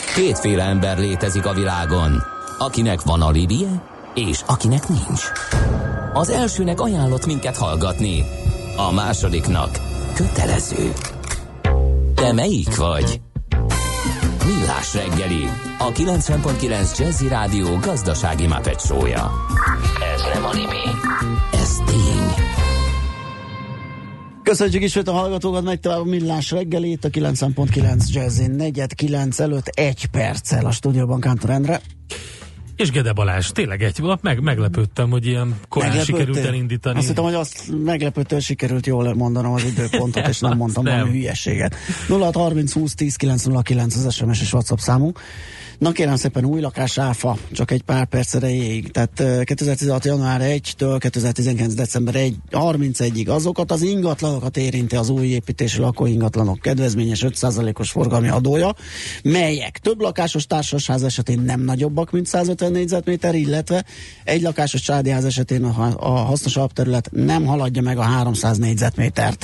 Kétféle ember létezik a világon, akinek van alibije, és akinek nincs. Az elsőnek ajánlott minket hallgatni, a másodiknak kötelező. Te melyik vagy? Millás reggeli, a 90.9 Jazzy Rádió gazdasági Muppet show-ja. Ez nem anime, ez tény. Köszönjük ismét a hallgatókat, megy tovább a Millás reggeli, itt a 90.9 Jazzy 4:09 előtt 1 perccel a stúdióban Kántor Endre. És Gede Balázs, tényleg meglepődtem, hogy ilyen korán sikerült elindítani. Azt hittem, hogy azt meglepődtől sikerült jól mondanom az időpontot, és nem mondtam valami hülyeséget. 0630 20 10 909 az SMS és WhatsApp számunk. Na kérem szépen, új lakás áfa, csak egy pár perc erejéig, tehát 2016. január 1-től 2019. december 31-ig azokat az ingatlanokat érinti az új építési lakóingatlanok kedvezményes 5%-os forgalmi adója, melyek több lakásos társasház esetén nem nagyobbak, mint 150 négyzetméter, illetve egy lakásos családi ház esetén a hasznos alapterület nem haladja meg a 300 négyzetmétert.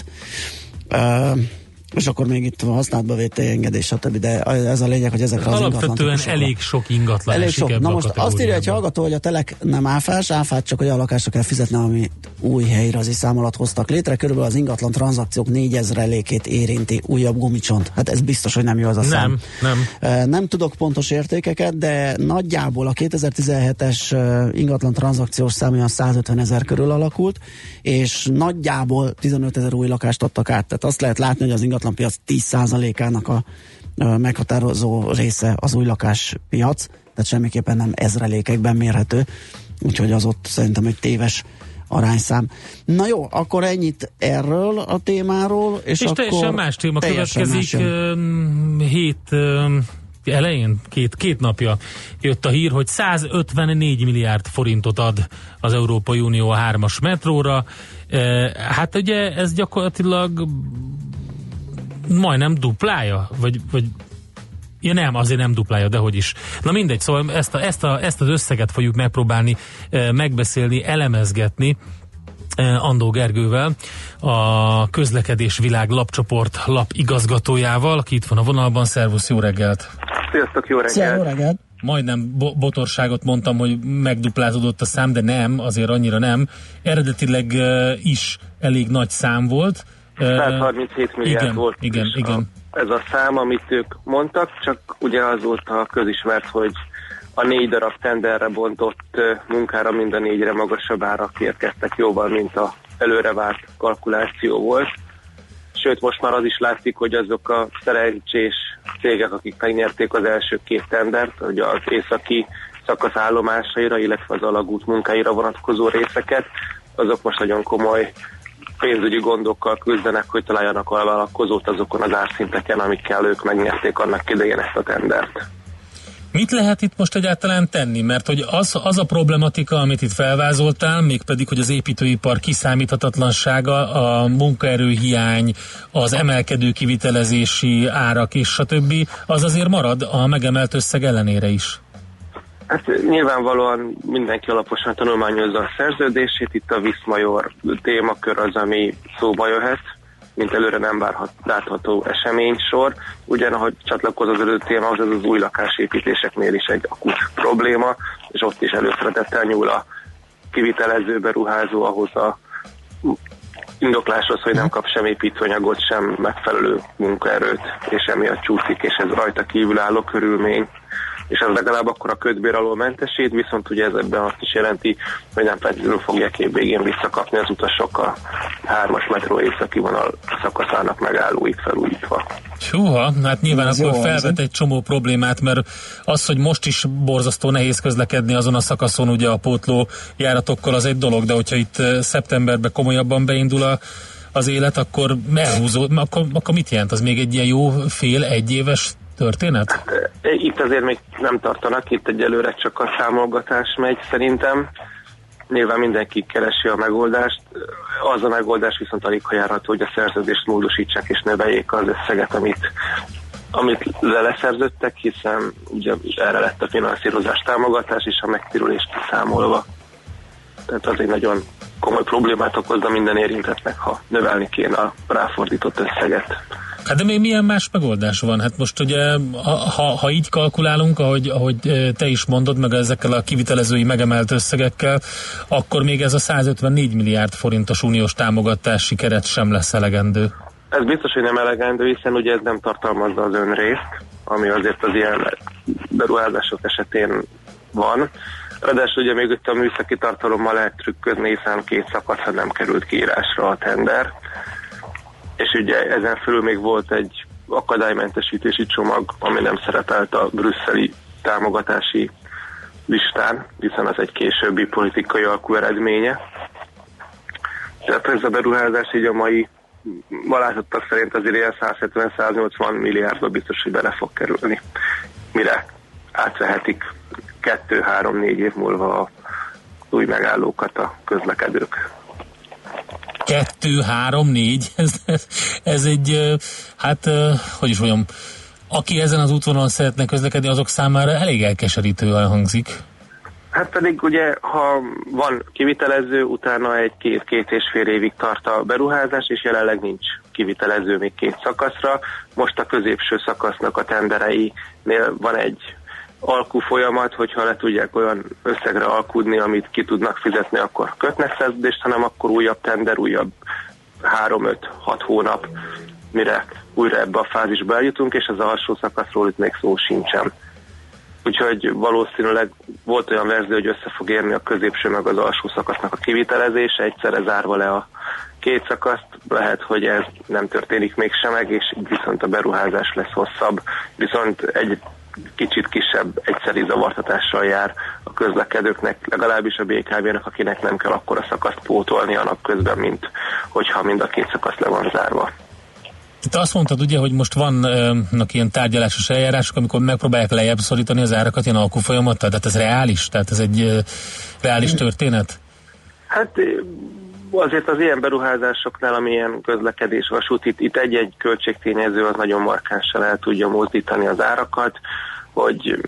És akkor még itt használatba vétel engedés, stb. De ez a lényeg, hogy ezekre az alapvetően elég sok ingatlan elég sok. Na most azt írja egy hallgató, hogy a telek nem áfát csak hogy a lakásra kell fizetni, ami új helyreazi szám alatt hoztak létre. Körülbelül az ingatlan tranzakciók 4000%-ét érinti újabb gumicsont. Hát ez biztos, hogy nem jó az a szám. Nem tudok pontos értékeket, de nagyjából a 2017-es ingatlan tranzakciós szám olyan 150 000 körül alakult, és nagyjából 15 000 új lakást adtak át. Tehát azt lehet látni, hogy az ingatlanpiac 10%-ának a meghatározó része az új lakáspiac, tehát semmiképpen nem ezrelékekben mérhető, úgyhogy az ott szerintem egy téves arányszám. Na jó, akkor ennyit erről a témáról, és akkor teljesen más téma következik. Hét elején, két napja jött a hír, hogy 154 milliárd forintot ad az Európai Unió a 3-as metróra. Hát ugye ez gyakorlatilag majdnem duplája, vagy ja nem, azért nem duplája, de hogy is. Na mindegy, szóval ezt az összeget fogjuk megpróbálni megbeszélni, elemezgetni Andó Gergővel, a Közlekedés Világ lapcsoport lapigazgatójával, aki itt van a vonalban. Szervusz, jó reggelt! Sziasztok, jó reggelt! Szia, jó reggelt! Majdnem botorságot mondtam, hogy megduplázódott a szám, de nem, azért annyira nem. Eredetileg is elég nagy szám volt. 137 milliárd igen, volt igen. Ez a szám, amit ők mondtak, csak ugye azóta közismert, hogy a 4 darab tenderre bontott munkára mind a 4-re magasabb árak érkeztek jóval, mint a előre várt kalkuláció volt. Sőt, most már az is látszik, hogy azok a szerencsés cégek, akik megnyerték az első 2 tendert, hogy az északi szakasz állomásaira, illetve az alagút munkáira vonatkozó részeket, azok most nagyon komoly pénzügyi gondokkal küzdenek, hogy találjanak a vállalkozót azokon az árszinteken, amikkel ők megnyerték annak idején ezt a tendert. Mit lehet itt most egyáltalán tenni? Mert hogy az a problematika, amit itt felvázoltál, mégpedig, hogy az építőipar kiszámíthatatlansága, a munkaerőhiány, az emelkedő kivitelezési árak és stb., az azért marad a megemelt összeg ellenére is. Hát nyilvánvalóan mindenki alaposan tanulmányozza a szerződését, itt a Viszmajor témakör az, ami szóba jöhet, mint előre nem látható eseménysor. Ugyanahogy csatlakoz az előző témához, ez az új lakásépítéseknél is egy akut probléma, és ott is előszeretettel nyúl a kivitelező beruházó ahhoz a indokláshoz, hogy nem kap sem építőanyagot, sem megfelelő munkaerőt, és emiatt csúszik, és ez rajta kívülálló körülmény. És ez legalább akkor a kötbér alól mentesít, viszont ugye ez ebben azt is jelenti, hogy nem feltétlenül fogják év végén visszakapni az utasok a 3-as metró északi vonal szakaszának megállóit felújítva. Húha, hát nyilván ez akkor felvet egy csomó problémát, mert az, hogy most is borzasztó nehéz közlekedni azon a szakaszon, ugye a pótló járatokkal, az egy dolog, de hogyha itt szeptemberben komolyabban beindul az élet, akkor elhúzód, akkor mit jelent? Az még egy ilyen jó egy éves történet? Itt azért még nem tartanak, itt egyelőre csak a számolgatás megy szerintem. Nyilván mindenki keresi a megoldást. Az a megoldás viszont alig ha járható, hogy a szerződést módosítsák és növeljék az összeget, amit leszerződtek, hiszen ugye erre lett a finanszírozás támogatás és a megtérülést kiszámolva. Tehát az egy nagyon komoly problémát okozna minden érintettnek, ha növelni kéne a ráfordított összeget. Hát de még milyen más megoldás van? Hát most ugye, ha így kalkulálunk, ahogy te is mondod, meg ezekkel a kivitelezői megemelt összegekkel, akkor még ez a 154 milliárd forintos uniós támogatási keret sem lesz elegendő. Ez biztos, hogy nem elegendő, hiszen ugye ez nem tartalmazza az önrészt, ami azért az ilyen beruházások esetén van. Ráadásul ugye még itt a műszaki tartalommal lehet trükközni, hiszen 2 szakaszra nem került kiírásra a tender. És ugye ezen felül még volt egy akadálymentesítési csomag, ami nem szerepelt a brüsszeli támogatási listán, hiszen az egy későbbi politikai alkú eredménye. Tehát ez a beruházás így a mai látottak szerint azért ilyen 170-180 milliárdba biztos, hogy bele fog kerülni, mire átvehetik 2-3-4 év múlva a új megállókat a közlekedők. 2-3-4, ez egy, hát, hogy is mondjam, aki ezen az útvonalon szeretne közlekedni, azok számára elég elkeserítően hangzik. Hát pedig ugye, ha van kivitelező, utána egy 2-2,5 évig tart a beruházás, és jelenleg nincs kivitelező még 2 szakaszra. Most a középső szakasznak a tendereinél van egy alkú folyamat, hogyha le tudják olyan összegre alkudni, amit ki tudnak fizetni, akkor kötnek szerződést, hanem akkor újabb tender, újabb 3-5-6 hónap, mire újra ebbe a fázisba eljutunk, és az alsó szakaszról itt még szó sincsen. Úgyhogy valószínűleg volt olyan verzió, hogy össze fog érni a középső meg az alsó szakasznak a kivitelezése, egyszerre zárva le a 2 szakaszt, lehet, hogy ez nem történik mégsem meg, és viszont a beruházás lesz hosszabb, viszont egy kicsit kisebb egyszeri zavartatással jár a közlekedőknek, legalábbis a BKV-nak, akinek nem kell akkor a szakaszt pótolni a nap közben, mint hogyha mind a 2 szakasz le van zárva. Te azt mondtad ugye, hogy most vannak ilyen tárgyalásos eljárások, amikor megpróbálják lejjebb szorítani az árakat ilyen alkufolyamattal, tehát ez reális? Tehát ez egy reális történet? Hát azért az ilyen beruházásoknál, amilyen közlekedés, vasút, itt egy-egy költségtényező az nagyon markánsan el tudja mozdítani az árakat, hogy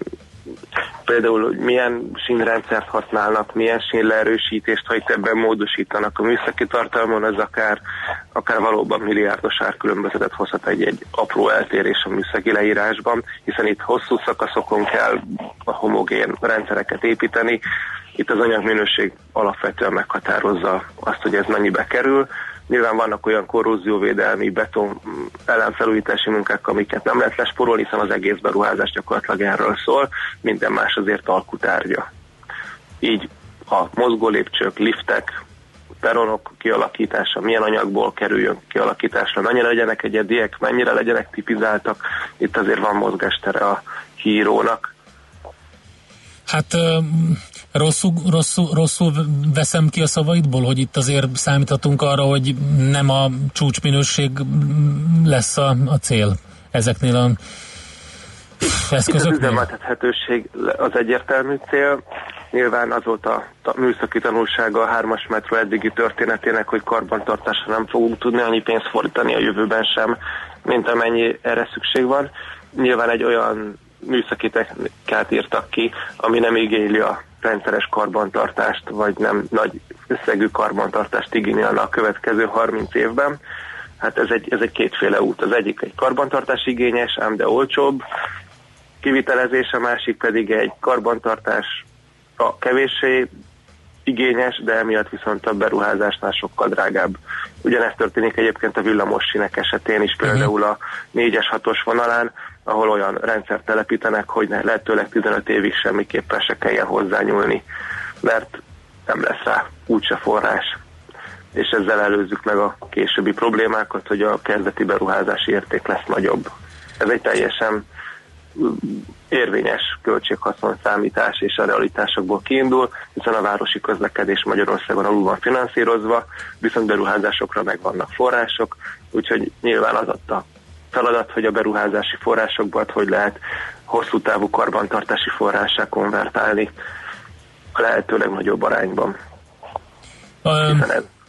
például milyen sínrendszert használnak, milyen sínleerősítést, ha itt ebben módosítanak a műszaki tartalmon, az akár valóban milliárdos árkülönbözetet hozhat egy apró eltérés a műszaki leírásban, hiszen itt hosszú szakaszokon kell a homogén rendszereket építeni. Itt az anyagminőség alapvetően meghatározza azt, hogy ez mennyibe kerül. Nyilván vannak olyan korrózióvédelmi, beton ellenfelújítási munkák, amiket nem lehet lesporolni, hiszen az egész beruházás gyakorlatilag erről szól, minden más azért alkutárgya. Így a mozgólépcsők, liftek, peronok kialakítása, milyen anyagból kerüljön kialakításra, mennyire legyenek egyediek, mennyire legyenek tipizáltak, itt azért van mozgástere a hírónak. Hát rosszul veszem ki a szavaidból, hogy itt azért számíthatunk arra, hogy nem a csúcsminőség lesz a cél ezeknél a eszközöknél? Itt az üzemeltethetőség az egyértelmű cél. Nyilván az volt a műszaki tanulsága a 3-as metró eddigi történetének, hogy karbantartásra nem fogunk tudni annyi pénzt fordítani a jövőben sem, mint amennyi erre szükség van. Nyilván egy olyan műszaki technikát írtak ki, ami nem igényli a rendszeres karbantartást, vagy nem nagy összegű karbantartást igényelne a következő 30 évben. Hát ez egy kétféle út. Az egyik egy karbantartás igényes, ám de olcsóbb kivitelezés, a másik pedig egy karbantartás kevéssé igényes, de emiatt viszont a beruházásnál sokkal drágább. Ugyanezt történik egyébként a villamos sínek esetén is, például a 4-es 6-os vonalán, ahol olyan rendszert telepítenek, hogy lehetőleg 15 évig semmiképpen se kelljen hozzányúlni, mert nem lesz rá úgyse forrás. És ezzel előzzük meg a későbbi problémákat, hogy a kezdeti beruházási érték lesz nagyobb. Ez egy teljesen érvényes költséghaszon számítás és a realitásokból kiindul, hiszen a városi közlekedés Magyarországon alul van finanszírozva, viszont beruházásokra meg vannak források, úgyhogy nyilván az ott a feladat, hogy a beruházási forrásokból hogy lehet hosszú távú karbantartási forrássá konvertálni a lehetőleg nagyobb arányban. Hiszen ez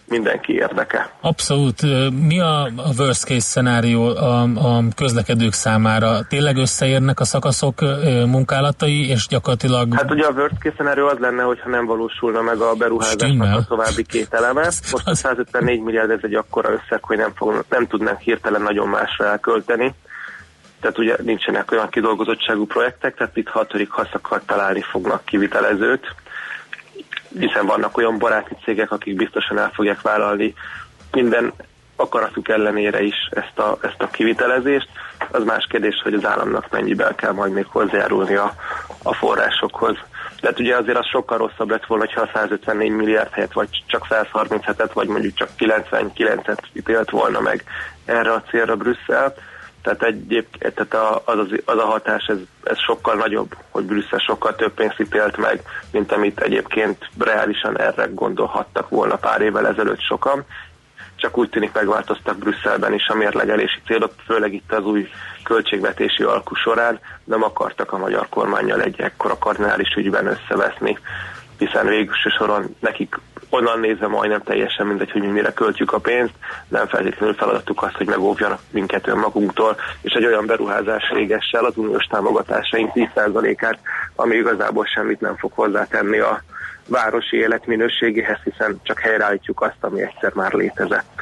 mindenki érdeke. Abszolút. Mi a worst case szenárió a közlekedők számára? Tényleg összeérnek a szakaszok munkálatai, és gyakorlatilag... Hát ugye a worst case szenárió az lenne, hogyha nem valósulna meg a beruházásnak a további két eleme. Most a 154 milliárd ez egy akkora összeg, hogy nem tudnánk hirtelen nagyon másra elkölteni. Tehát ugye nincsenek olyan kidolgozottságú projektek, tehát itt ha szakad találni fognak kivitelezőt, hiszen vannak olyan baráti cégek, akik biztosan el fogják vállalni minden akaratuk ellenére is ezt a kivitelezést. Az más kérdés, hogy az államnak mennyiben kell majd még hozzájárulni a forrásokhoz. De hát ugye azért az sokkal rosszabb lett volna, ha 154 milliárd helyett vagy csak 137-et, vagy mondjuk csak 99-et ítélt volna meg erre a célra Brüsszel. Tehát az a hatás, ez sokkal nagyobb, hogy Brüsszel sokkal több pénzt ítélt meg, mint amit egyébként reálisan erre gondolhattak volna pár évvel ezelőtt sokan. Csak úgy tűnik megváltoztak Brüsszelben is a mérlegelési célok, főleg itt az új költségvetési alkú során nem akartak a magyar kormánnyal egy ekkora kardinális ügyben összeveszni, hiszen végső soron nekik onnan nézve majdnem teljesen mindegy, hogy mi mire költjük a pénzt, nem feltétlenül feladatuk azt, hogy megóvjanak minket önmagunktól, és egy olyan beruházás végessel az uniós támogatásaink 10%-át, ami igazából semmit nem fog hozzátenni a városi élet minőségéhez, hiszen csak helyreállítjuk azt, ami egyszer már létezett.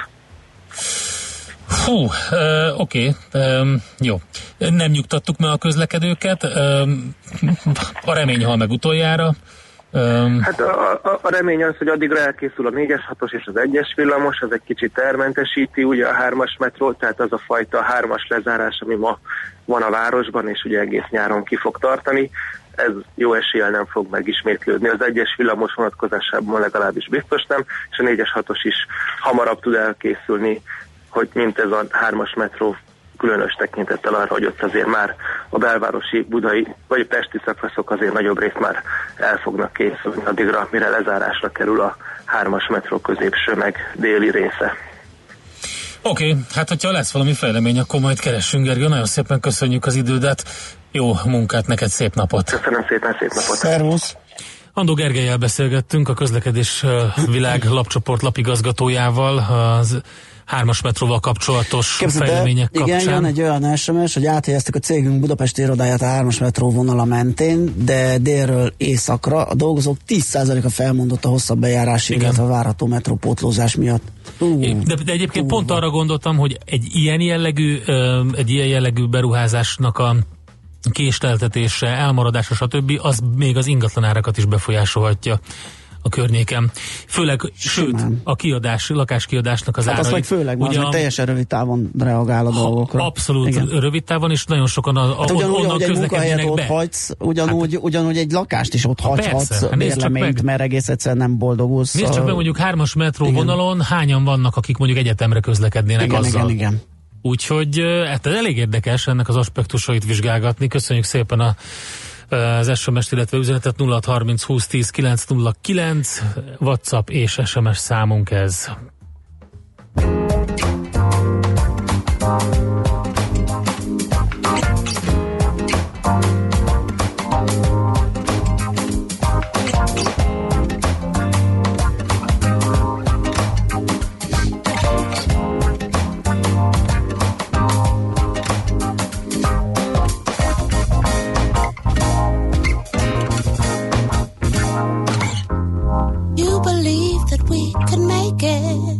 Oké. Jó. Nem nyugtattuk meg a közlekedőket. A remény hal meg utoljára. Hát a remény az, hogy addigra elkészül a 4-es, 6-os és az 1-es villamos, ez egy kicsit termentesíti ugye a 3-as metró, tehát az a fajta 3-as lezárás, ami ma van a városban, és ugye egész nyáron ki fog tartani, ez jó eséllyel nem fog megismétlődni. Az 1-es villamos vonatkozásában legalábbis biztos nem, és a 4-es, 6-os is hamarabb tud elkészülni, hogy mint ez a 3-as metró, különös tekintettel arra, hogy ott azért már a belvárosi, budai vagy pesti szakaszok azért nagyobb részt már el fognak készülni addigra, mire lezárásra kerül a 3-as metró középső meg déli része. Oké, hát hogyha lesz valami fejlemény, akkor majd keressünk, Gergő. Nagyon szépen köszönjük az idődet, jó munkát neked, szép napot! Köszönöm szépen, szép napot! Szervusz! Andó Gergellyel beszélgettünk, a Közlekedés Világ lapcsoport lapigazgatójával, az 3-as metróval kapcsolatos fejlemények kapcsán. Igen, jön egy olyan SMS, hogy áthelyeztük a cégünk budapesti irodáját a 3-as metró vonala mentén, de délről északra a dolgozók 10%-a felmondott a hosszabb bejárási, illetve a várható metrópótlózás miatt. De egyébként pont arra gondoltam, hogy egy ilyen jellegű beruházásnak a késleltetése, elmaradása, stb. Az még az ingatlanárakat is befolyásolhatja a környéken. Főleg, sőt, a lakáskiadásnak az árai. Hát az főleg, ugye teljesen rövid távon reagál a dolgokra. Abszolút rövid távon, és nagyon sokan onnan közlekednének be. Hagysz, ugyanúgy egy lakást is ott hagyhatsz, bérleményt, mert egész egyszerűen nem boldogulsz. Nézd csak meg, mondjuk 3-as metró vonalon hányan vannak, akik mondjuk egyetemre közlekednének azzal. Igen. Úgyhogy hát elég érdekes ennek az aspektusait vizsgálgatni. Köszönjük szépen az SMS-t, illetve üzenetet 0630 20 10 909, WhatsApp és SMS számunk ez. You believe that we can make it.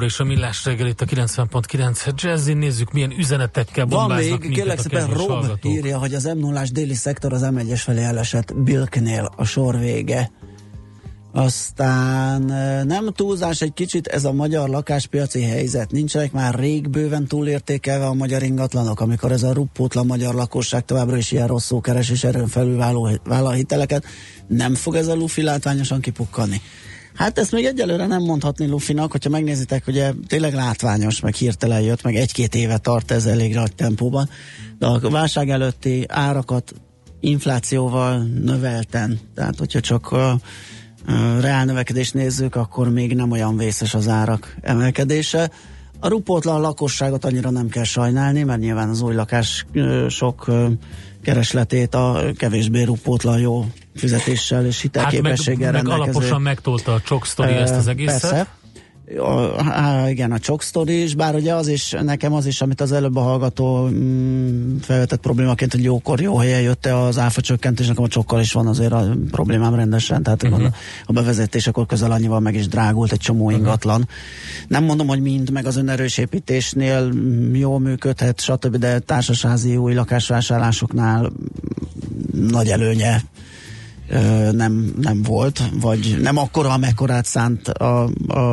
továbbra is a Millás reggel itt a 90.9 Jazzin. Nézzük, milyen üzenetekkel bombáznak minket kérlek a szépen, kedves Rob hallgatók. írja, hogy az M0-ás déli szektor az M1-es felé elesett Bilknél a sor vége. Aztán nem túlzás egy kicsit ez a magyar lakáspiaci helyzet. Nincsenek már rég bőven túlértékelve a magyar ingatlanok, amikor ez a ruppótlan magyar lakosság továbbra is ilyen rosszul keres és erőn felül vállal hiteleket. Nem fog ez a lufi látványosan kipukkani? Hát ezt még egyelőre nem mondhatni lufinak, hogyha megnézitek, ugye tényleg látványos, meg hirtelen jött, meg 1-2 éve tart ez elég nagy tempóban, de a válság előtti árakat inflációval növelten, tehát hogyha csak reál növekedést nézzük, akkor még nem olyan vészes az árak emelkedése. A rupótlan lakosságot annyira nem kell sajnálni, mert nyilván az új lakások keresletét a kevésbé rupótlan jó fizetéssel és hitelképességgel meg alaposan megtolta a Csok Sztori ezt az egészet. Persze. Igen, a Csok Sztori is, bár ugye az is, nekem az is, amit az előbb a hallgató felvetett problémaként, hogy jókor, jó helyen jött-e az áfa csökkentés, nekem a Csokkal is van azért a problémám rendesen, tehát a bevezetésekor közel annyival meg is drágult egy csomó ingatlan. Nem mondom, hogy mind, meg az önerős építésnél jól működhet, stb., de társasházi új lakásvásárlásoknál nagy előnye nem volt, vagy nem akkora, amekkorát szánt a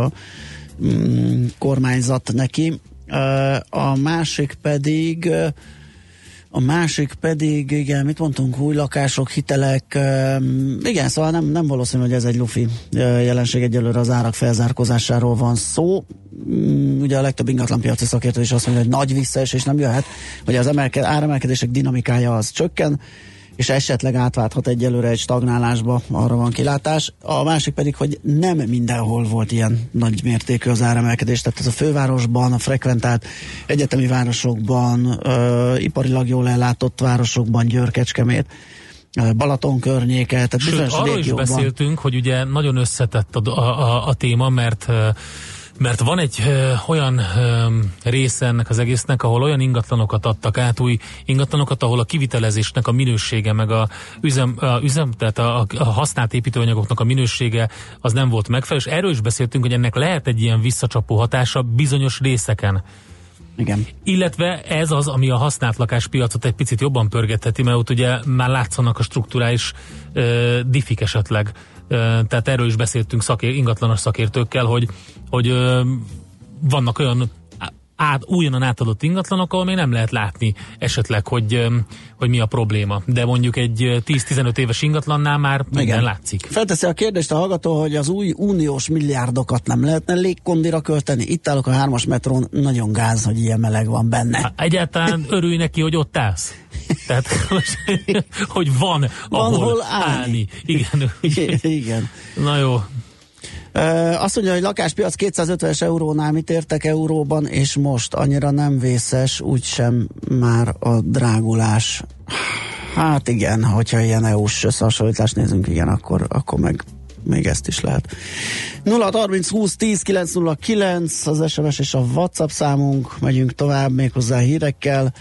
kormányzat neki. A másik pedig, igen, mit mondtunk, új lakások, hitelek, igen, szóval nem valószínű, hogy ez egy lufi jelenség, egyelőre az árak felzárkózásáról van szó. Ugye a legtöbb ingatlanpiaci szakértő is azt mondja, hogy nagy visszaesés nem jöhet, hogy az áremelkedések dinamikája az csökken, és esetleg átválthat egyelőre egy stagnálásba, arra van kilátás. A másik pedig, hogy nem mindenhol volt ilyen nagy mértékű az áremelkedés, tehát ez a fővárosban, a frekventált egyetemi városokban, iparilag jól ellátott városokban, Győr, Kecskemét, Balaton környéke, tehát bizonyos arról régióban. Is beszéltünk, hogy ugye nagyon összetett a téma, mert van egy olyan része ennek az egésznek, ahol olyan ingatlanokat adtak át, új ingatlanokat, ahol a kivitelezésnek a minősége, meg tehát a használt építőanyagoknak a minősége az nem volt megfelelő, és erről is beszéltünk, hogy ennek lehet egy ilyen visszacsapó hatása bizonyos részeken. Igen. Illetve ez az, ami a használt lakáspiacot egy picit jobban pörgetheti, mert ott ugye már látszanak a strukturális diffik esetleg. Tehát erről is beszéltünk ingatlanos szakértőkkel, hogy vannak olyan újonnan átadott ingatlanok, ahol még nem lehet látni esetleg, hogy mi a probléma. De mondjuk egy 10-15 éves ingatlannál már minden látszik. Felteszi a kérdést a hallgató, hogy az új uniós milliárdokat nem lehetne légkondira költeni. Itt állok a 3-as metrón, nagyon gáz, hogy ilyen meleg van benne. Egyáltalán örülj neki, hogy ott állsz. Tehát, hogy van ahol állni. Igen. Igen. Na jó. Azt mondja, hogy lakáspiac 250 eurónál mit értek euróban, és most annyira nem vészes, úgysem már a drágulás. Hát igen, hogyha ilyen EU-s összehasonlítást nézünk, igen, akkor meg még ezt is lehet. 0-30 20 10 909 az SMS és a WhatsApp számunk, megyünk tovább méghozzá hírekkel.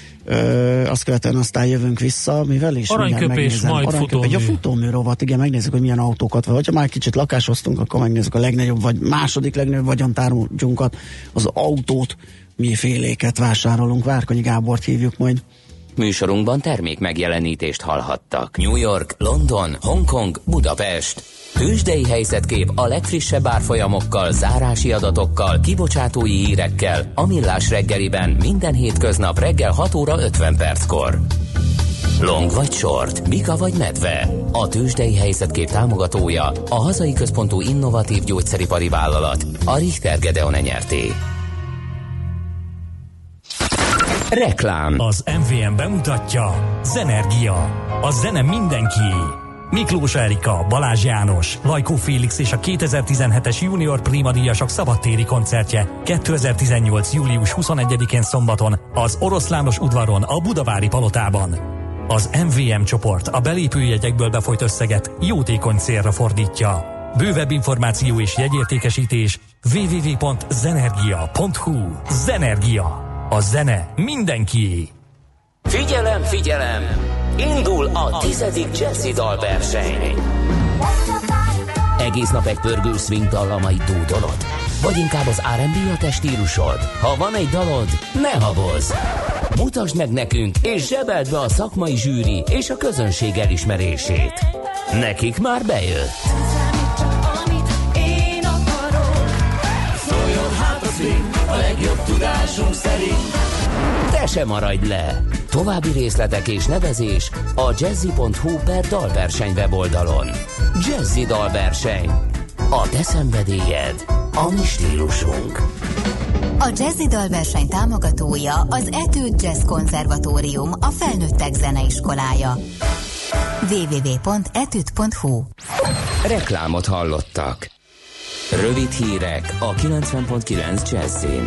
Azt követően aztán jövünk vissza, mivel is aranyköpés, majd futómű. A futómű rovat, igen, megnézzük, hogy milyen autókat van. Ha már kicsit lakáshoztunk, akkor megnézzük a legnagyobb, vagy második legnagyobb vagyontárgyunkat, az autót, mi féléket vásárolunk. Várkonyi Gábort hívjuk majd. Műsorunkban termék megjelenítést hallhattak. New York, London, Hongkong, Budapest. Tőzsdei helyzetkép a legfrissebb árfolyamokkal, zárási adatokkal, kibocsátói hírekkel a Millás reggeliben minden hétköznap reggel 6 óra 50 perckor. Long vagy short, bika vagy medve. A Tőzsdei helyzetkép támogatója a hazai központú innovatív gyógyszeripari vállalat, a Richter Gedeon Nyerté. Reklám. Az MVM bemutatja Zenergia. A zene mindenkié. Miklós Erika, Balázs János, Lajkó Félix és a 2017-es Junior Prima díjasok szabadtéri koncertje 2018. július 21-én szombaton az Oroszlános udvaron a Budavári Palotában. Az MVM csoport a belépőjegyekből befolyt összeget jótékony célra fordítja. Bővebb információ és jegyértékesítés www.zenergia.hu. Zenergia. A zene mindenkié. Figyelem, figyelem! Indul a 10. Jazzy dalverseny. Egész nap egy pörgő swing dallamait dúdolod? Vagy inkább az R&B a te stílusod? Ha van egy dalod, ne habozz! Mutasd meg nekünk, és zsebeld be a szakmai zsűri és a közönség elismerését. Nekik már bejött. Szóljon hát a swing, a legjobb tudásunk szerint. Te se maradj le! További részletek és nevezés a jazzy.hu/dalverseny weboldalon. Jazzy dalverseny. A te szenvedélyed, a mi stílusunk. A Jazzy dalverseny támogatója az Etude Jazz Konzervatórium, a felnőttek zeneiskolája. www.etude.hu. Reklámot hallottak. Rövid hírek a 90.9 Jazzyn.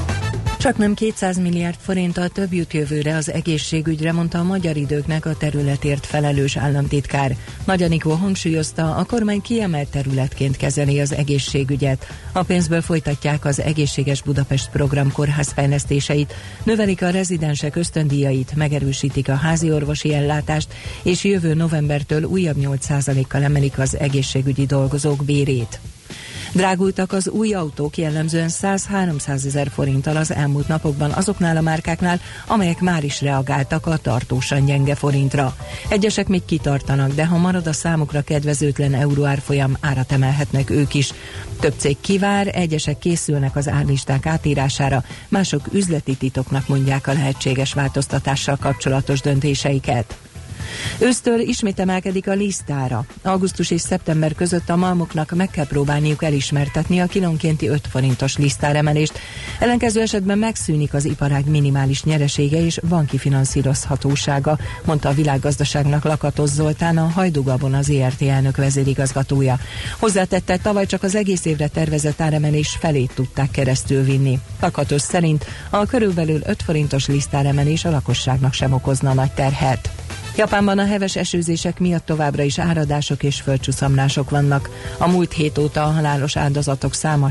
Csaknem 200 milliárd forinttal több jut jövőre az egészségügyre, mondta a Magyar Időknek a területért felelős államtitkár. Nagy Anikó hangsúlyozta, a kormány kiemelt területként kezeli az egészségügyet. A pénzből folytatják az Egészséges Budapest program kórházfejlesztéseit, növelik a rezidensek ösztöndíjait, megerősítik a házi orvosi ellátást, és jövő novembertől újabb 8%-kal emelik az egészségügyi dolgozók bérét. Drágultak az új autók, jellemzően 100-300 ezer forinttal az elmúlt napokban azoknál a márkáknál, amelyek már is reagáltak a tartósan gyenge forintra. Egyesek még kitartanak, de ha marad a számukra kedvezőtlen euróárfolyam, árat emelhetnek ők is. Több cég kivár, egyesek készülnek az árlisták átírására, mások üzleti titoknak mondják a lehetséges változtatással kapcsolatos döntéseiket. Ősztől ismét emelkedik a lisztára. Augusztus és szeptember között a malmoknak meg kell próbálniuk elismertetni a kilónkénti 5 forintos lisztáremelést. Ellenkező esetben megszűnik az iparág minimális nyeresége és banki finanszírozhatósága, mondta a Világgazdaságnak Lakatos Zoltán, a Hajdú Gabon az ERT elnök vezérigazgatója. Hozzátette, tavaly csak az egész évre tervezett áremelés felét tudták keresztül vinni. Lakatos szerint a körülbelül 5 forintos lisztáremelés a lakosságnak sem okozna nagy terhet. Japánban a heves esőzések miatt továbbra is áradások és földcsúszamlások vannak. A múlt hét óta a halálos áldozatok száma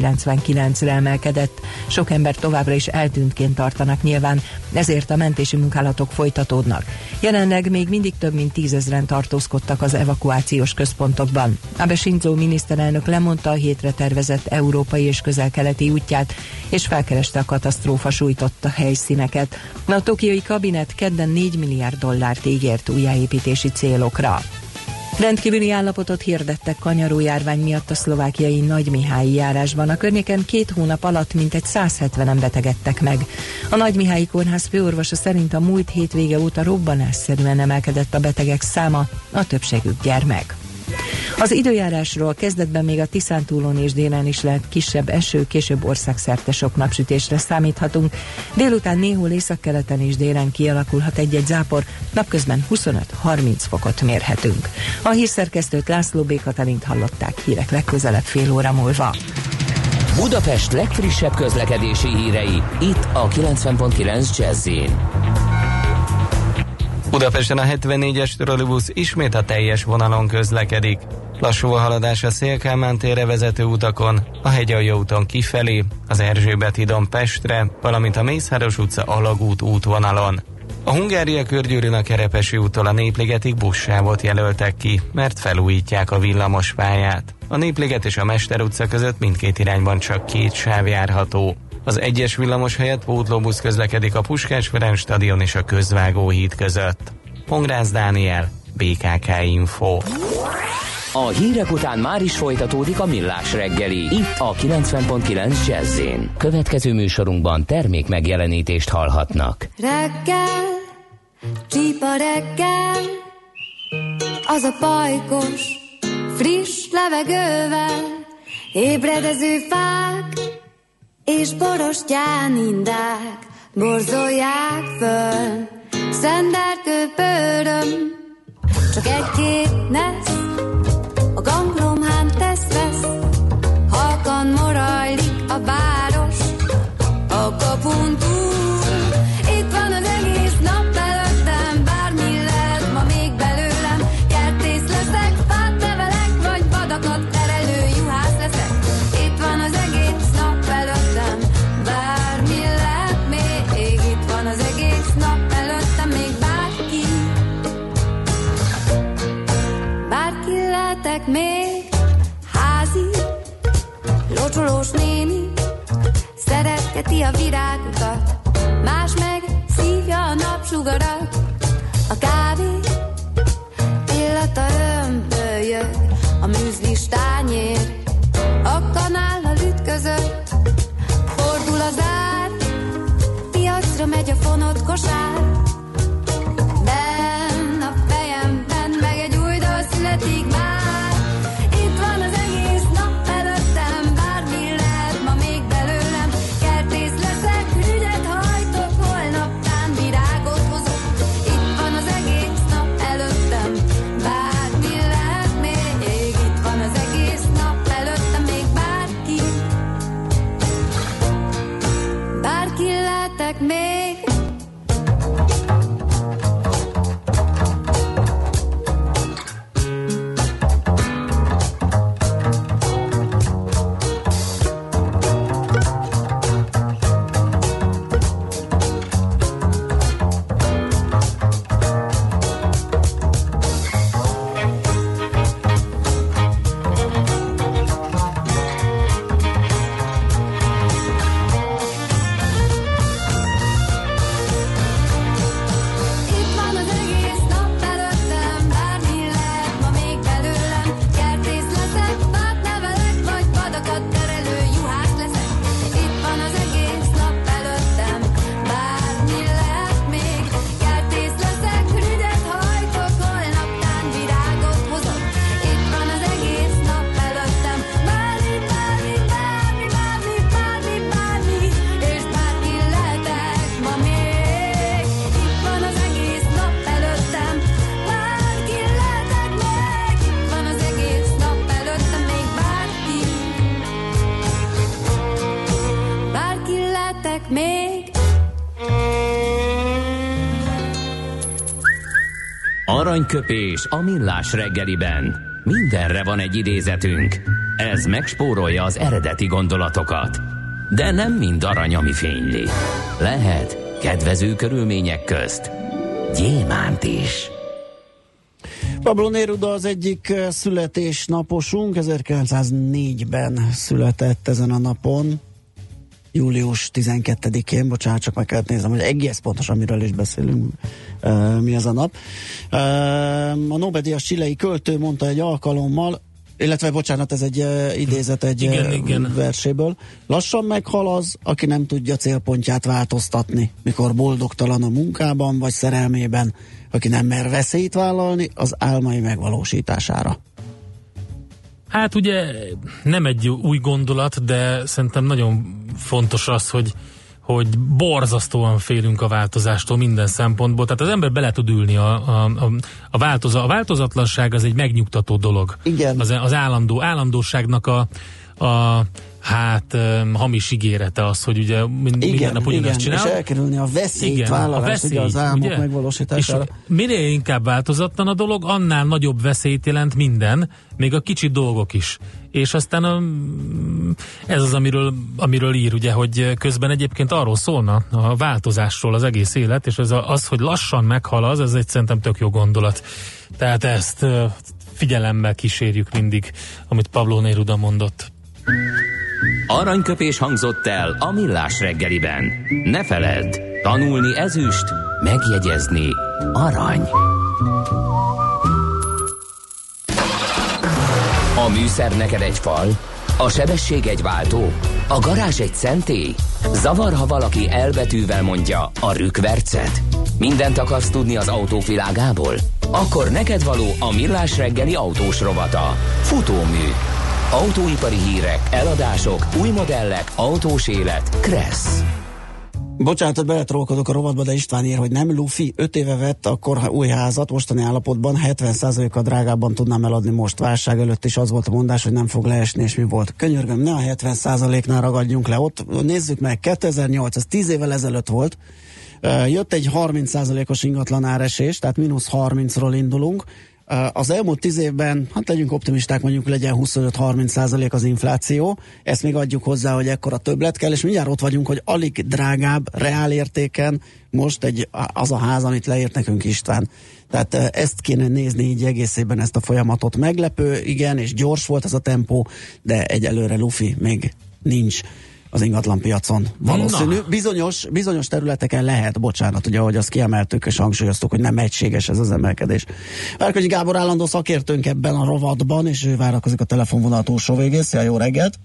199-re emelkedett. Sok ember továbbra is eltűntként tartanak nyilván, ezért a mentési munkálatok folytatódnak. Jelenleg még mindig több mint 10 000-en tartózkodtak az evakuációs központokban. Abe Shinzo miniszterelnök lemondta a hétre tervezett európai és közel-keleti útját, és felkereste a katasztrófa sújtotta helyszíneket. A tokiói kabinet kedden $4 milliárd ígért újjáépítési célokra. Rendkívüli állapotot hirdettek kanyarójárvány miatt a szlovákiai Nagymihályi járásban. A környéken 2 hónap alatt mintegy 170-en betegedtek meg. A Nagymihályi kórház főorvosa szerint a múlt hétvége óta robbanásszerűen emelkedett a betegek száma, a többségük gyermek. Az időjárásról: kezdetben még a Tiszántúlon és délen is lehet kisebb eső, később országszerte sok napsütésre számíthatunk. Délután néhol északkeleten és délen kialakulhat egy-egy zápor, napközben 25-30 fokot mérhetünk. A hírszerkesztőt, László B. Katalint hallották. Hírek legközelebb fél óra múlva. Budapest legfrissebb közlekedési hírei, itt a 90.9 Jazz-in. Budapesten a 74-es trollibusz ismét a teljes vonalon közlekedik. Lassú a haladás a Széll-Kálmán térre vezető utakon, a Hegyalja úton kifelé, az Erzsébet hídon Pestre, valamint a Mészáros utca alagút útvonalon. A Hungária körgyűrűn a Kerepesi úttól a Népligetig buszsávot jelöltek ki, mert felújítják a villamospályát. A Népliget és a Mester utca között mindkét irányban csak 2 sáv járható. Az 1-es villamos helyett pótlóbusz közlekedik a Puskás Ferenc stadion és a Közvágó híd között. Pongrász Dániel, BKK Info. A hírek után már is folytatódik a Millás reggeli, itt a 90.9 Jazz-én. Következő műsorunkban termék megjelenítést hallhatnak. Reggel, csípa reggel, az a pajkos, friss levegővel, ébredező fák és borostyán indák borzolják föl. Szendertő pöröm, csak egy-két nesz, a ganglomhán tesz-vesz, halkan morajlik a város a kapun túl. Itt van az egész nap előttem, bármi lehet ma még belőlem. Kertész leszek, fát nevelek, vagy vadakat terelő juhász leszek. Itt van az egész nap előttem, bármi lehet még. Itt van az egész nap előttem, még bárki. Bárki lehetek még, házi, locsoló Miklós néni szeretgeti a virágokat, más meg szívja a napsugarat. A kávé illata örömből jött, a műzlis tányér a kanállal ütközött. Fordul az ár, piacra megy a fonott kosár. Benn a fejemben meg egy új dal születik már. Itt van az egész nap előttem, bármi lehet ma még belőlem. Kertész leszek, ügyet hajtok, holnaptán virágot hozok. Itt van az egész nap előttem, bármi lehet még. Itt van az egész nap előttem, még bárki. Bárki lehetek még. Aranyköpés a Millás reggeliben. Mindenre van egy idézetünk. Ez megspórolja az eredeti gondolatokat. De nem mind arany, ami fényli. Lehet kedvező körülmények közt gyémánt is. Pablo Neruda az egyik születésnaposunk, 1904-ben született ezen a napon, július 12-én, bocsánat, csak meg kellett nézem, hogy egész pontosan miről is beszélünk, mi az a nap. A Nobel-díjas chilei költő mondta egy alkalommal, illetve bocsánat, ez egy idézet egy igen. verséből. Lassan meghal az, aki nem tudja célpontját változtatni, mikor boldogtalan a munkában vagy szerelmében, aki nem mer veszélyt vállalni az álmai megvalósítására. Hát ugye nem egy új gondolat, de szerintem nagyon fontos az, hogy borzasztóan félünk a változástól minden szempontból. Tehát az ember bele tud ülni a változatlanság az egy megnyugtató dolog. Igen. Az állandóságnak a hamis ígérete az, hogy ugye minden nap ugyanazt csinál. És elkerülni a veszélyt ugye az álmok ugye? Megvalósítására. És minél inkább változatlan a dolog, annál nagyobb veszélyt jelent minden, még a kicsi dolgok is. És aztán ez az, amiről ír, ugye, hogy közben egyébként arról szólna a változásról az egész élet, és az hogy lassan meghal ez egy szerintem tök jó gondolat. Tehát ezt figyelemmel kísérjük mindig, amit Pablo Neruda mondott. Aranyköpés hangzott el a Millás reggeliben. Ne feledd, tanulni ezüst, megjegyezni arany. A műszer neked egy fal, a sebesség egy váltó, a garázs egy szentély. Zavar, ha valaki elbetűvel mondja a rükvercet. Mindent akarsz tudni az autóvilágából? Akkor neked való a Millás reggeli autós rovata. Futómű. Autóipari hírek, eladások, új modellek, autós élet. Kressz. Bocsánat, beletrólkodok a rovatba, de István ír, hogy nem lufi, 5 éve vett akkor új házat, mostani állapotban 70%-a drágábban tudnám eladni most. Válság előtt is az volt a mondás, hogy nem fog leesni, és mi volt. Könyörgöm, ne a 70%-nál ragadjunk le. Ott nézzük meg, 2008, ez 10 évvel ezelőtt volt, jött egy 30%-os ingatlan áresés, tehát mínusz 30-ról indulunk. Az elmúlt 10 évben, hát legyünk optimisták, mondjuk legyen 25-30% az infláció, ezt még adjuk hozzá, hogy ekkora többlet kell, és mindjárt ott vagyunk, hogy alig drágább, reál értéken most az a ház, amit leírt nekünk István. Tehát ezt kéne nézni így egészében, ezt a folyamatot. Meglepő, igen, és gyors volt ez a tempó, de egyelőre lufi, még nincs az ingatlanpiacon valószínű. Bizonyos területeken lehet, bocsánat, ugye ahogy azt kiemeltük és hangsúlyoztuk, hogy nem egységes ez az emelkedés. Várkonyi Gábor állandó szakértőnk ebben a rovatban, és ő várakozik a telefonvonal túlsó végén. Szia, jó reggelt!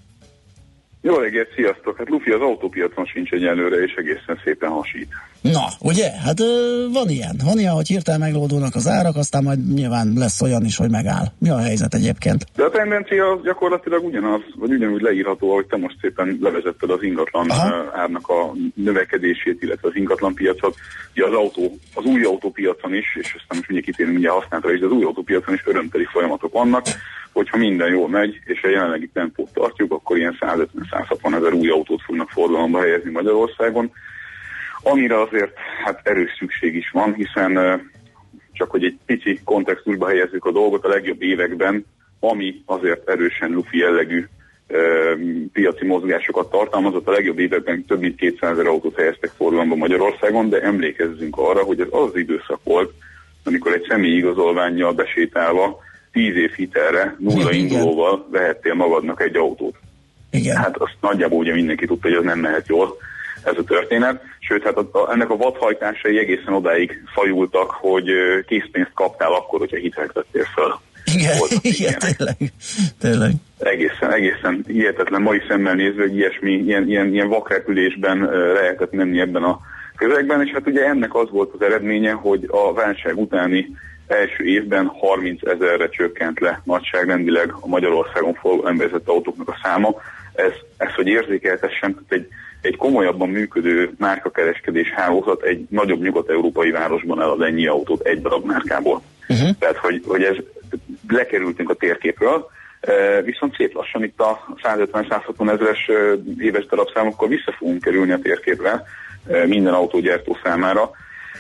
Jó reggelt, sziasztok! Hát lufi az autópiacon sincs egyelőre, és egészen szépen hasít. Na, ugye? Hát van ilyen, hogy hirtelen meglódulnak az árak, aztán majd nyilván lesz olyan is, hogy megáll. Mi a helyzet egyébként? De a tendencia az gyakorlatilag ugyanaz, vagy ugyanúgy leírható, ahogy te most szépen levezetted az ingatlan árnak a növekedését, illetve az ingatlan piacot. Ugye az új autópiacon is, és aztán most mindjárt kitérünk ugye használatra is, de az új autópiacon is örömteli folyamatok vannak, hogyha minden jól megy, és a jelenlegi tempót tartjuk, akkor ilyen 150-160 ezer új autót fognak forgalomba helyezni Magyarországon, amire azért hát erős szükség is van, hiszen csak hogy egy pici kontextusba helyezzük a dolgot, a legjobb években, ami azért erősen lufi jellegű piaci mozgásokat tartalmazott, a legjobb években több mint 200 ezer autót helyeztek forgalomba Magyarországon, de emlékezzünk arra, hogy ez az időszak volt, amikor egy személyi igazolvánnyal besétálva 10 év hitelre, nulla indulóval vehettél magadnak egy autót. Igen. Hát azt nagyjából ugye mindenki tudta, hogy az nem mehet jól, ez a történet. Sőt, hát ennek a vadhajtásai egészen odáig fajultak, hogy készpénzt kaptál akkor, hogyha hitelt vettél föl. Igen, tényleg. Egészen hihetetlen mai szemmel nézve, hogy ilyesmi, ilyen vakrepülésben lehetett menni ebben a közegben, és hát ugye ennek az volt az eredménye, hogy a válság utáni első évben 30 ezerre csökkent le nagyságrendileg a Magyarországon forgalomba autóknak a száma. Ez hogy érzékeltessem, egy komolyabban működő márkakereskedés hálózat egy nagyobb nyugat-európai városban elad ennyi autót egy darab márkából. Tehát, hogy ez lekerültünk a térképről, viszont szép lassan itt a 150-160 ezeres éves darabszámokkal vissza fogunk kerülni a térképre minden autógyártó számára,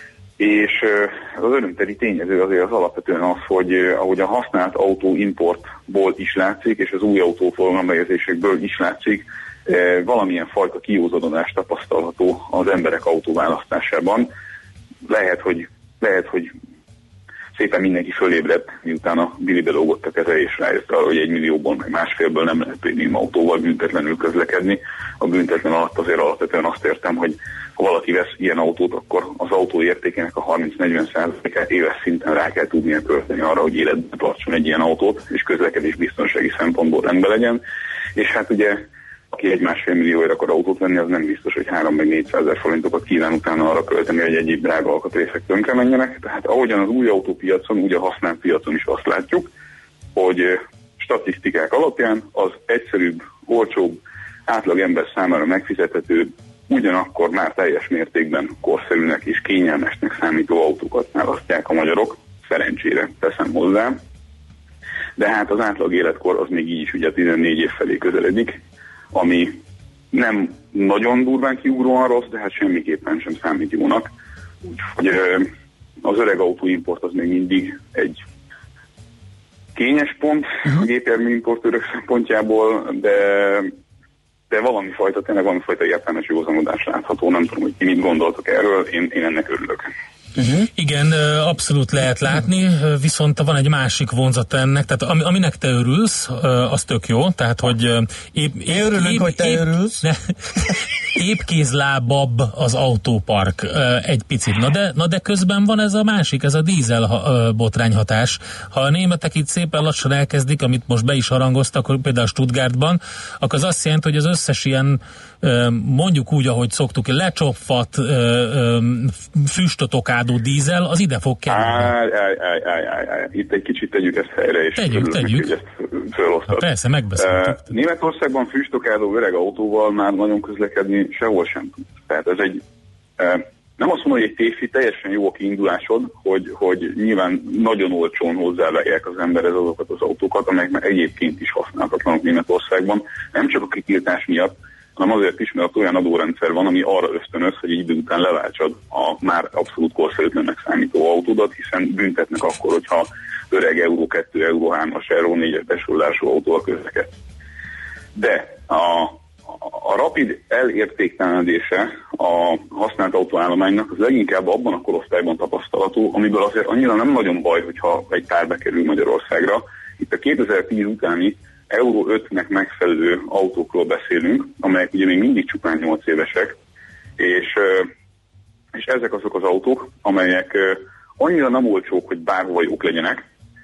és az örömteli tényező azért az alapvetően az, hogy ahogy a használt autó importból is látszik, és az új autóforgalomhelyezésekből is látszik, valamilyen fajta kiózanodás tapasztalható az emberek autóválasztásában. Lehet, hogy szépen mindenki fölébredt, miután a bilibe lógott a keze, és rájött arra, hogy 1 millióból, meg másfélből nem lehet prémium autóval büntetlenül közlekedni. A büntetlen alatt azért alapvetően azt értem, hogy ha valaki vesz ilyen autót, akkor az autó értékének a 30-40%-át éves szinten rá kell tudnia költeni arra, hogy életben tartson egy ilyen autót, és közlekedés biztonsági szempontból rendben legyen. És hát ugye, aki 1,5 millióért akar autót venni, az nem biztos, hogy 300-400 ezer forintokat kíván utána arra költeni, hogy egyéb drága alkatrészek tönkre menjenek. Tehát ahogyan az új autópiacon, úgy a használt piacon is azt látjuk, hogy statisztikák alapján az egyszerűbb, olcsóbb, átlag ember számára megfizethető, ugyanakkor már teljes mértékben korszerűnek és kényelmesnek számító autókat választják a magyarok, szerencsére teszem hozzá. De hát az átlag életkor az még így is ugye 14 év felé közeledik, ami nem nagyon durván kiugróan rossz, de hát semmiképpen sem számít jónak. Úgyhogy az öreg autóimport az még mindig egy kényes pont a gépjármű importőrök szempontjából, de valami fajta értelmes józanodás látható. Nem tudom, hogy ti mit gondoltok erről, én ennek örülök. Igen, abszolút lehet látni, viszont van egy másik vonzata ennek, tehát aminek te örülsz, az tök jó, tehát hogy hogy te örülsz. Épkézlábabb az autópark egy picit. Na de közben van ez a másik, ez a dízel botrányhatás. Ha a németek itt szépen lassan elkezdik, amit most be is harangoztak, hogy például Stuttgartban, akkor az azt jelenti, hogy az összes ilyen mondjuk úgy, ahogy szoktuk, lecsopfat, füstöt okádó dízel, az ide fog kerülni. Itt egy kicsit tegyük ezt helyre, és tegyük. Hogy ezt fölhoztad. Persze, megbeszéltük. Németországban füstokádó öreg autóval már nagyon közlekedni sehol sem tud. Tehát ez egy nem azt mondom, hogy egy tévhi, teljesen jó a kiindulásod, hogy nyilván nagyon olcsón hozzávágják az emberhez azokat az autókat, amelyek már egyébként is használhatatlanok Németországban, nem csak a kitiltás miatt, hanem azért is, mert olyan adórendszer van, ami arra ösztönöz, hogy egy idő után leváltsad a már abszolút korszerűtlennek számító autódat, hiszen büntetnek akkor, hogyha öreg Euro 2, Euro 3-as, Euro 4-es besorolású autóval közleked. De a rapid elértéktelenedése a használt autóállománynak az leginkább abban a korosztályban tapasztalható, amiből azért annyira nem nagyon baj, hogyha egy tár bekerül Magyarországra. Itt a 2010 utáni Euro 5-nek megfelelő autókról beszélünk, amelyek ugye még mindig csupán 8 évesek, és ezek azok az autók, amelyek annyira nem olcsók, hogy bárhova jók legyenek,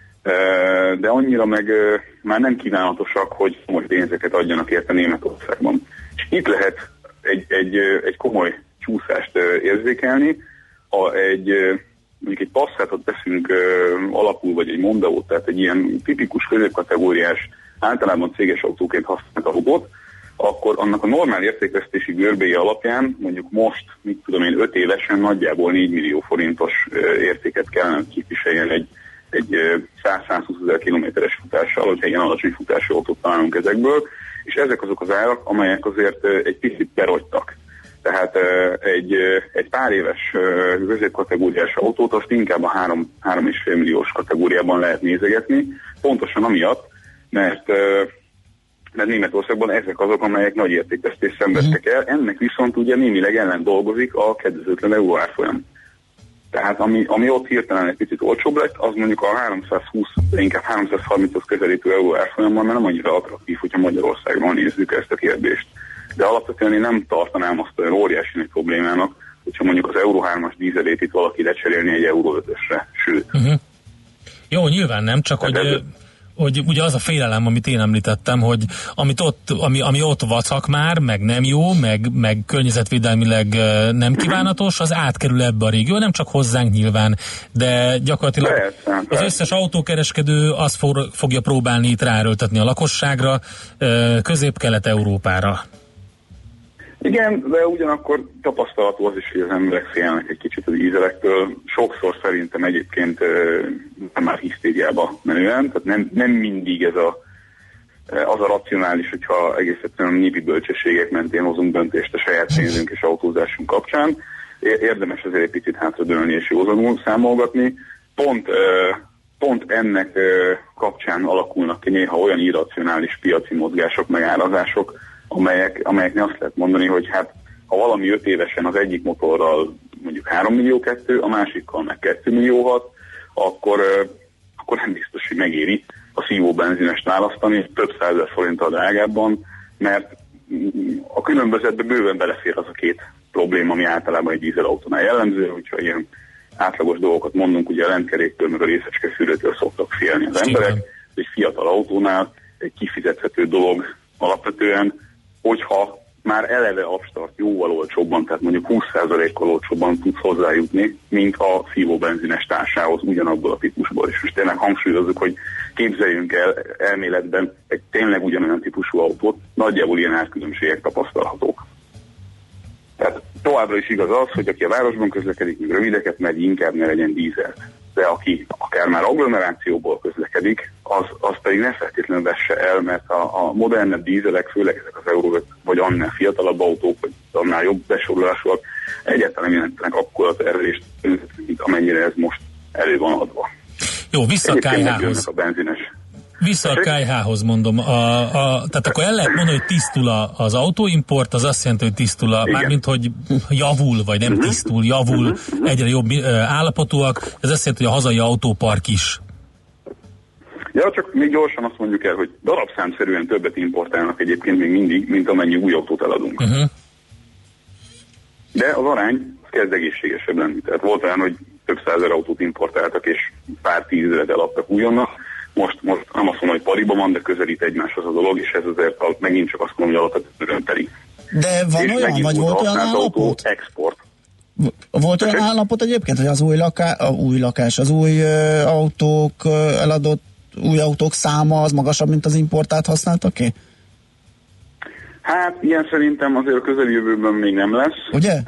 de annyira meg már nem kívánatosak, hogy komoly pénzeket adjanak érte Németországban. És itt lehet egy komoly csúszást érzékelni, ha mondjuk egy Passatot teszünk alapul, vagy egy Mondeót, tehát egy ilyen tipikus középkategóriás, általában céges autóként használt autót, akkor annak a normál értékvesztési görbéje alapján mondjuk most, 5 évesen nagyjából 4 millió forintos értéket kellene képviseljen egy 100-120 ezer kilométeres futással, hogyha ilyen alacsony futású autót találunk ezekből, és ezek azok az árak, amelyek azért egy picit berogytak. Tehát egy pár éves középkategóriás autót azt inkább a 3,5 milliós kategóriában lehet nézegetni, pontosan amiatt, mert Németországban ezek azok, amelyek nagy értékvesztést szenvedtek el, ennek viszont ugye némileg ellen dolgozik a kedvezőtlen euró árfolyam. Tehát ami ott hirtelen egy picit olcsóbb lett, az mondjuk a 320, inkább 330-hoz közelítő euró árfolyamban már nem annyira attraktív, hogyha Magyarországról nézzük ezt a kérdést. De alapvetően én nem tartanám azt olyan óriási nagy problémának, hogyha mondjuk az Euro 3-as dízelét itt valaki lecserélni egy Euro 5-ösre, sőt. Jó, nyilván nem, csak hogy ugye az a félelem, amit én említettem, hogy ami ott vacak már, meg nem jó, meg környezetvédelmileg nem kívánatos, az átkerül ebbe a régió, nem csak hozzánk nyilván, de gyakorlatilag az összes autókereskedő azt fogja próbálni itt ráerőltetni a lakosságra, Közép-Kelet-Európára. Igen, de ugyanakkor tapasztalatú az is, hogy az emberek félnek egy kicsit az dízelektől. Sokszor szerintem egyébként már hisztériába menően, tehát nem mindig ez az a racionális, hogyha egész egyszerűen a népi bölcsességek mentén hozunk döntést a saját pénzünk és autózásunk kapcsán. Érdemes azért egy picit hátradőlni és józanul számolgatni. Pont ennek kapcsán alakulnak ki néha olyan irracionális piaci mozgások, megárazások, amelyeknél azt lehet mondani, hogy hát ha valami 5 évesen az egyik motorral mondjuk 3 millió 2, a másikkal meg 2 millió 6, akkor nem biztos, hogy megéri a szívó benzinest választani, több százezer forinttal drágábban, mert a különbözetbe bőven belefér az a két probléma, ami általában egy dízelautónál jellemző, hogyha ilyen átlagos dolgokat mondunk, ugye a lentkeréktől, meg a részecskefűrőtől szoktak félni az emberek, egy fiatal autónál egy kifizethető dolog alapvetően, hogyha már eleve abstart jóval olcsóbban, tehát mondjuk 20%-kal olcsóbban tudsz hozzájutni, mint a szívóbenzines társához ugyanabból a típusból. És most tényleg hangsúlyozzuk, hogy képzeljünk el elméletben egy tényleg ugyanolyan típusú autót, nagyjából ilyen árkülönbségek tapasztalhatók. Tehát továbbra is igaz az, hogy aki a városban közlekedik, még rövideket megy, inkább ne legyen dízelt. De aki akár már agglomerációból közlekedik, az pedig ne feltétlenül vesse el, mert a modernebb dízelek, főleg ezek az Euro 5 vagy annál fiatalabb autók, vagy annál jobb besorolásúak, egyáltalán jelentenek akkora terhelést, mint amennyire ez most elő van adva. Jó, vissza a KH-hoz. Vissza a KH-hoz mondom. Tehát akkor el lehet mondani, hogy tisztul az autóimport, az azt jelenti, hogy tisztul mármint, hogy javul, vagy nem tisztul, javul, egyre jobb állapotúak, ez azt jelenti, hogy a hazai autópark is. Ja, csak még gyorsan azt mondjuk el, hogy darabszámszerűen többet importálnak egyébként még mindig, mint amennyi új autót eladunk. De az arány kezd egészségesebb lenni. Tehát volt olyan, hogy több százezer autót importáltak, és pár tízezret eladtak újonnan. Most nem azt mondom, hogy pariba van, de közelít egymáshoz a dolog, és ez azért megint csak azt mondom, hogy alapvetően önteli. De van olyan, vagy volt olyan állapot? Export. Volt olyan állapot egyébként, hogy az az új autók eladott új autók száma az magasabb, mint az importált használtaké? Hát ilyen szerintem azért a közeljövőben még nem lesz. Ugye?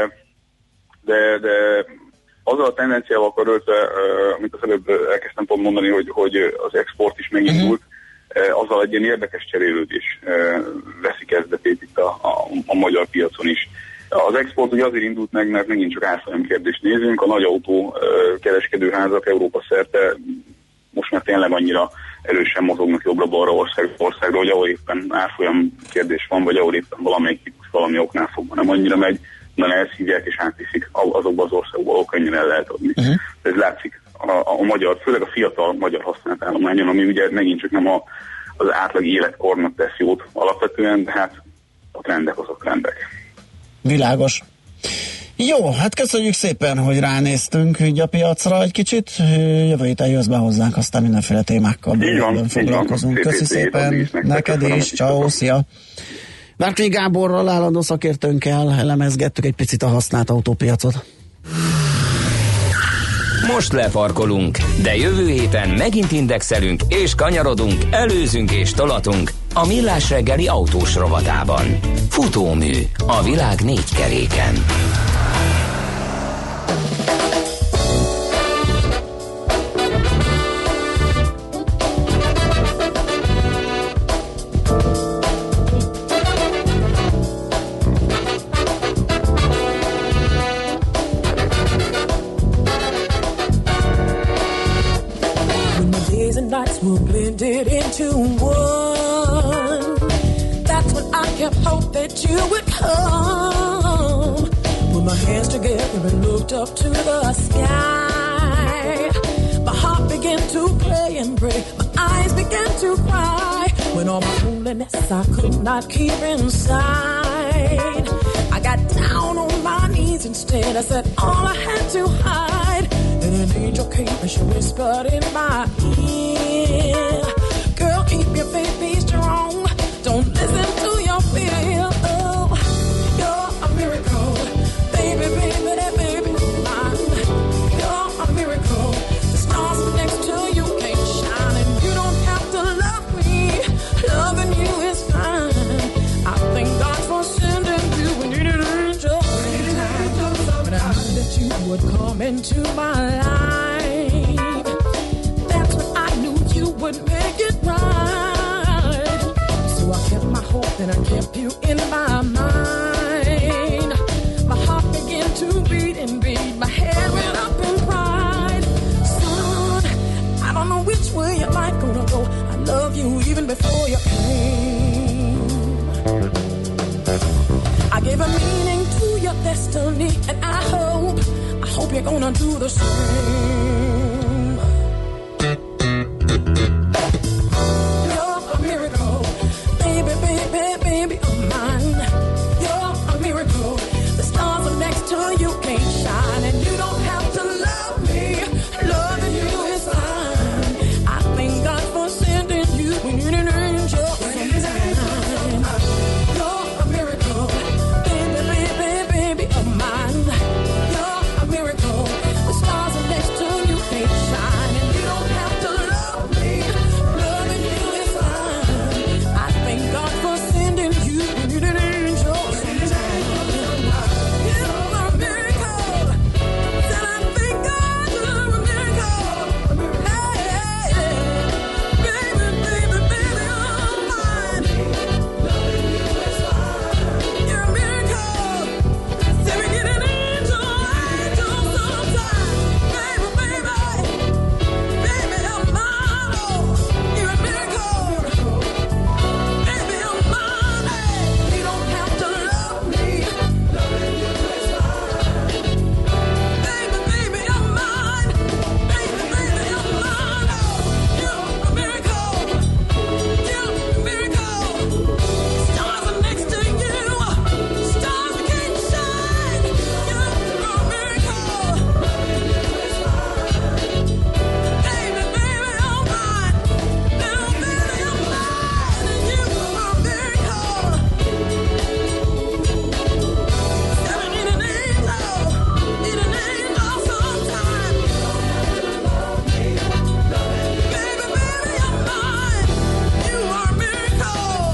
De azzal a tendenciával karöltve, amit az előbb elkezdtem pont mondani, hogy az export is megindult, azzal egy ilyen érdekes cserélődés veszi kezdetét itt a magyar piacon is. Az export ugye azért indult meg, mert megint csak árfolyam kérdést nézünk. A nagy autó kereskedőházak Európa szerte most már tényleg annyira erősen mozognak jobbra-balra országról, hogy ahol éppen árfolyam kérdés van, vagy ahol éppen valamelyik típus valami oknál fogva nem annyira megy, de elszívják és átviszik azokba az országokba, ahol könnyen el lehet adni. Ez látszik a magyar, főleg a fiatal magyar használt állományon, ami ugye megint csak nem az átlag életkornak tesz jót alapvetően, de hát a trendek azok trendek. Világos. Jó, hát köszönjük szépen, hogy ránéztünk így a piacra egy kicsit. Jövő héten jössz be hozzánk, aztán mindenféle témákkal foglalkozunk. Köszi szépen, neked is, ciao, szia! Várkonyi Gáborral, állandó szakértőnkkel elemezgettük egy picit a használt autópiacot. Most lefarkolunk, de jövő héten megint indexelünk és kanyarodunk, előzünk és tolatunk a Millás reggeli autós rovatában. Futómű a világ 4 keréken. Were blended into one. That's when I kept hope that you would come. Put my hands together and looked up to the sky. My heart began to pray and pray. My eyes began to cry. When all my loneliness I could not keep inside. I got down on my knees instead. I said all I had to hide. And an angel came and she whispered in my ear, girl, keep your faith, be strong. Don't listen to your fear. Oh, you're a miracle. Baby, baby, that baby mine. You're a miracle. The stars next to you can't shine. And you don't have to love me. Loving you is fine. I thank God for sending you when you didn't angel. But I knew that you would come into my life. That's when I knew you would make it right. So I kept my hope and I kept you in my mind. My heart began to beat and beat. My head went up in pride. Son, I don't know which way your life gonna go. I love you even before you came. I gave a meaning to your destiny, and I hope you're gonna do the same. You're a miracle, baby, baby, baby of mine. You're a miracle. The stars are next to you can't shine, and you don't have to love me. Loving you is fine. I thank God for sending you when you didn't angel. You're a miracle, baby, baby, baby of mine. You're a miracle. The stars are next to you can't shine, and you don't have to love me. Loving you is fine. I thank God for sending you when you didn't angel. You're a miracle. Said I thank God you're a miracle. Hey, baby, baby, baby of mine. Loving you is fine. You're a miracle. Said we get an angel sometime. Baby, baby, baby of mine. Oh, you're a miracle. Baby of mine. You don't have to love me. Loving you is fine. Baby, baby of mine. Baby, baby of mine. Oh, you're a miracle. You're a miracle. Stars are next to you. Stars can't shine. You're a miracle. Loving you is fine. Baby, baby of mine. Little baby of mine. You're a miracle. Never need an angel. Need an angel sometime. Baby, baby of mine. You are a miracle.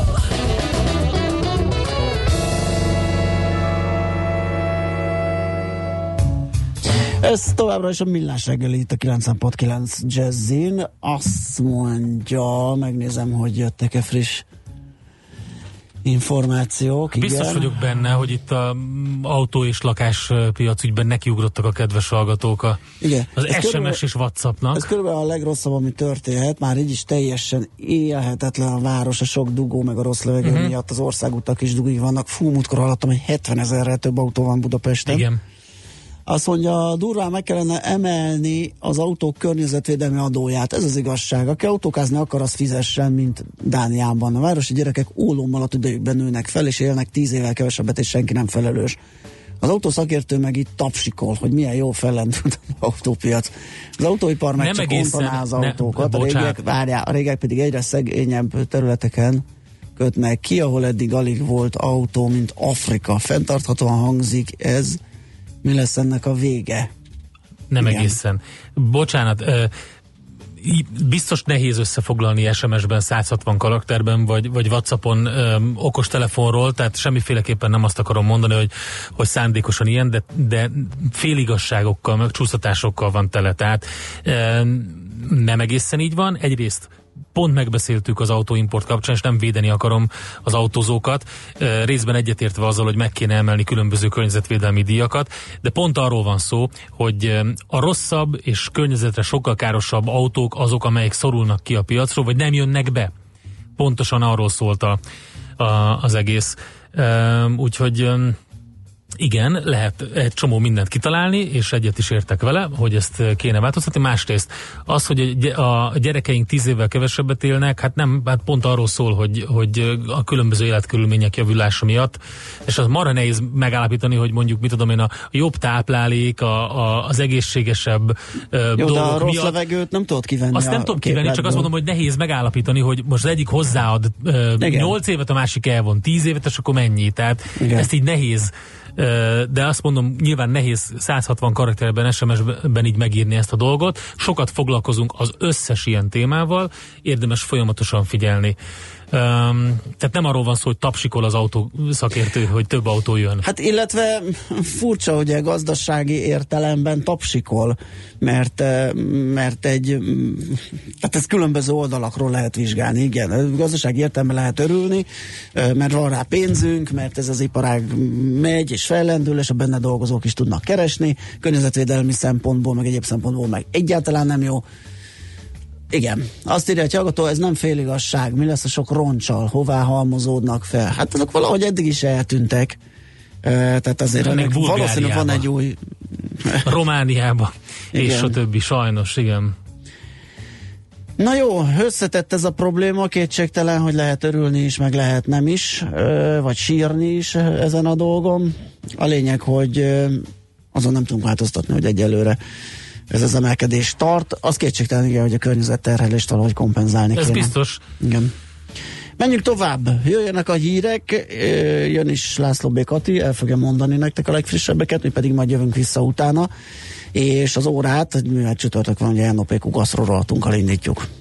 Ez továbbra is a Millás reggeli itt a 90.9 Jazzin. Azt mondja, megnézem, hogy jöttek-e friss információk. Biztos igen. vagyok benne, hogy itt a autó és lakáspiac ügyben nekiugrottak a kedves hallgatók Igen. az Ez SMS és WhatsAppnak. Ez körülbelül a legrosszabb, ami történhet. Már így is teljesen élhetetlen a város, a sok dugó, meg a rossz levegő miatt az országutak is dugói vannak. Fú, múltkor hallottam, hogy 70 000-rel több autó van Budapesten. Igen. Azt mondja, durván meg kellene emelni az autók környezetvédelmi adóját. Ez az igazság. Aki autókázni akar, az fizessen, mint Dániában. A városi gyerekek ólommal a tüdejükben nőnek fel, és élnek 10 évvel kevesebbet, és senki nem felelős. Az autószakértő meg itt tapsikol, hogy milyen jó fellendült az autópiac. Az autóipar meg csak ontaná az autókat, a régiek pedig egyre szegényebb területeken kötnek ki, ahol eddig alig volt autó, mint Afrika. Fenntarthatóan hangzik ez. Mi lesz ennek a vége? Nem igen. Egészen. Bocsánat, biztos nehéz összefoglalni SMS-ben 160 karakterben, vagy WhatsAppon okostelefonról, tehát semmiféleképpen nem azt akarom mondani, hogy szándékosan ilyen, de féligasságokkal, meg csúsztatásokkal van tele. Tehát nem egészen így van. Egyrészt pont megbeszéltük az autóimport kapcsán, és nem védeni akarom az autózókat, részben egyetértve azzal, hogy meg kéne emelni különböző környezetvédelmi díjakat, de pont arról van szó, hogy a rosszabb és környezetre sokkal károsabb autók azok, amelyek szorulnak ki a piacról, vagy nem jönnek be. Pontosan arról szólt az egész. Úgyhogy igen, lehet egy csomó mindent kitalálni, és egyet is értek vele, hogy ezt kéne változtatni. Másrészt az, hogy a gyerekeink 10 évvel kevesebbet élnek, hát pont arról szól, hogy a különböző életkörülmények javulása miatt, és az marha nehéz megállapítani, hogy mondjuk, mit tudom én, a jobb táplálék, az egészségesebb dolgok de a rossz miatt. Levegőt nem tudod kivenni. Azt nem tudom kivenni, csak azt mondom, hogy nehéz megállapítani, hogy most az egyik hozzáad 8 évet, a másik elvon 10 évet, és akkor mennyi. Tehát ezt így nehéz. De azt mondom, nyilván nehéz 160 karakterben, SMS-ben így megírni ezt a dolgot. Sokat foglalkozunk az összes ilyen témával, érdemes folyamatosan figyelni. Tehát nem arról van szó, hogy tapsikol az autó szakértő, hogy több autó jön. Hát illetve furcsa, hogy a gazdasági értelemben tapsikol, mert tehát ez különböző oldalakról lehet vizsgálni, igen. A gazdasági értelemben lehet örülni, mert van rá pénzünk, mert ez az iparág megy és fellendül, és a benne dolgozók is tudnak keresni, környezetvédelmi szempontból, meg egyéb szempontból meg egyáltalán nem jó. Igen, azt írja, hogy hallgató, ez nem féligasság, mi lesz a sok roncsal, hová halmozódnak fel? Hát azok valahogy eddig is eltűntek, tehát azért valószínűleg van egy új... Romániába, és a többi, sajnos, igen. Na jó, összetett ez a probléma, kétségtelen, hogy lehet örülni is, meg lehet nem is, vagy sírni is ezen a dolgon. A lényeg, hogy azon nem tudunk változtatni, hogy egyelőre ez az emelkedés tart. Az kétségtelen, igen, hogy a környezetterhelést valahogy kompenzálni kéne. Ez biztos. Igen. Menjünk tovább. Jöjjenek a hírek, jön is László B. Kati, el fogja mondani nektek a legfrissebbeket, mi pedig majd jövünk vissza utána, és az órát, mivel csütörtök van, hogy LNOP-Q gasztrorovatunkkal indítjuk.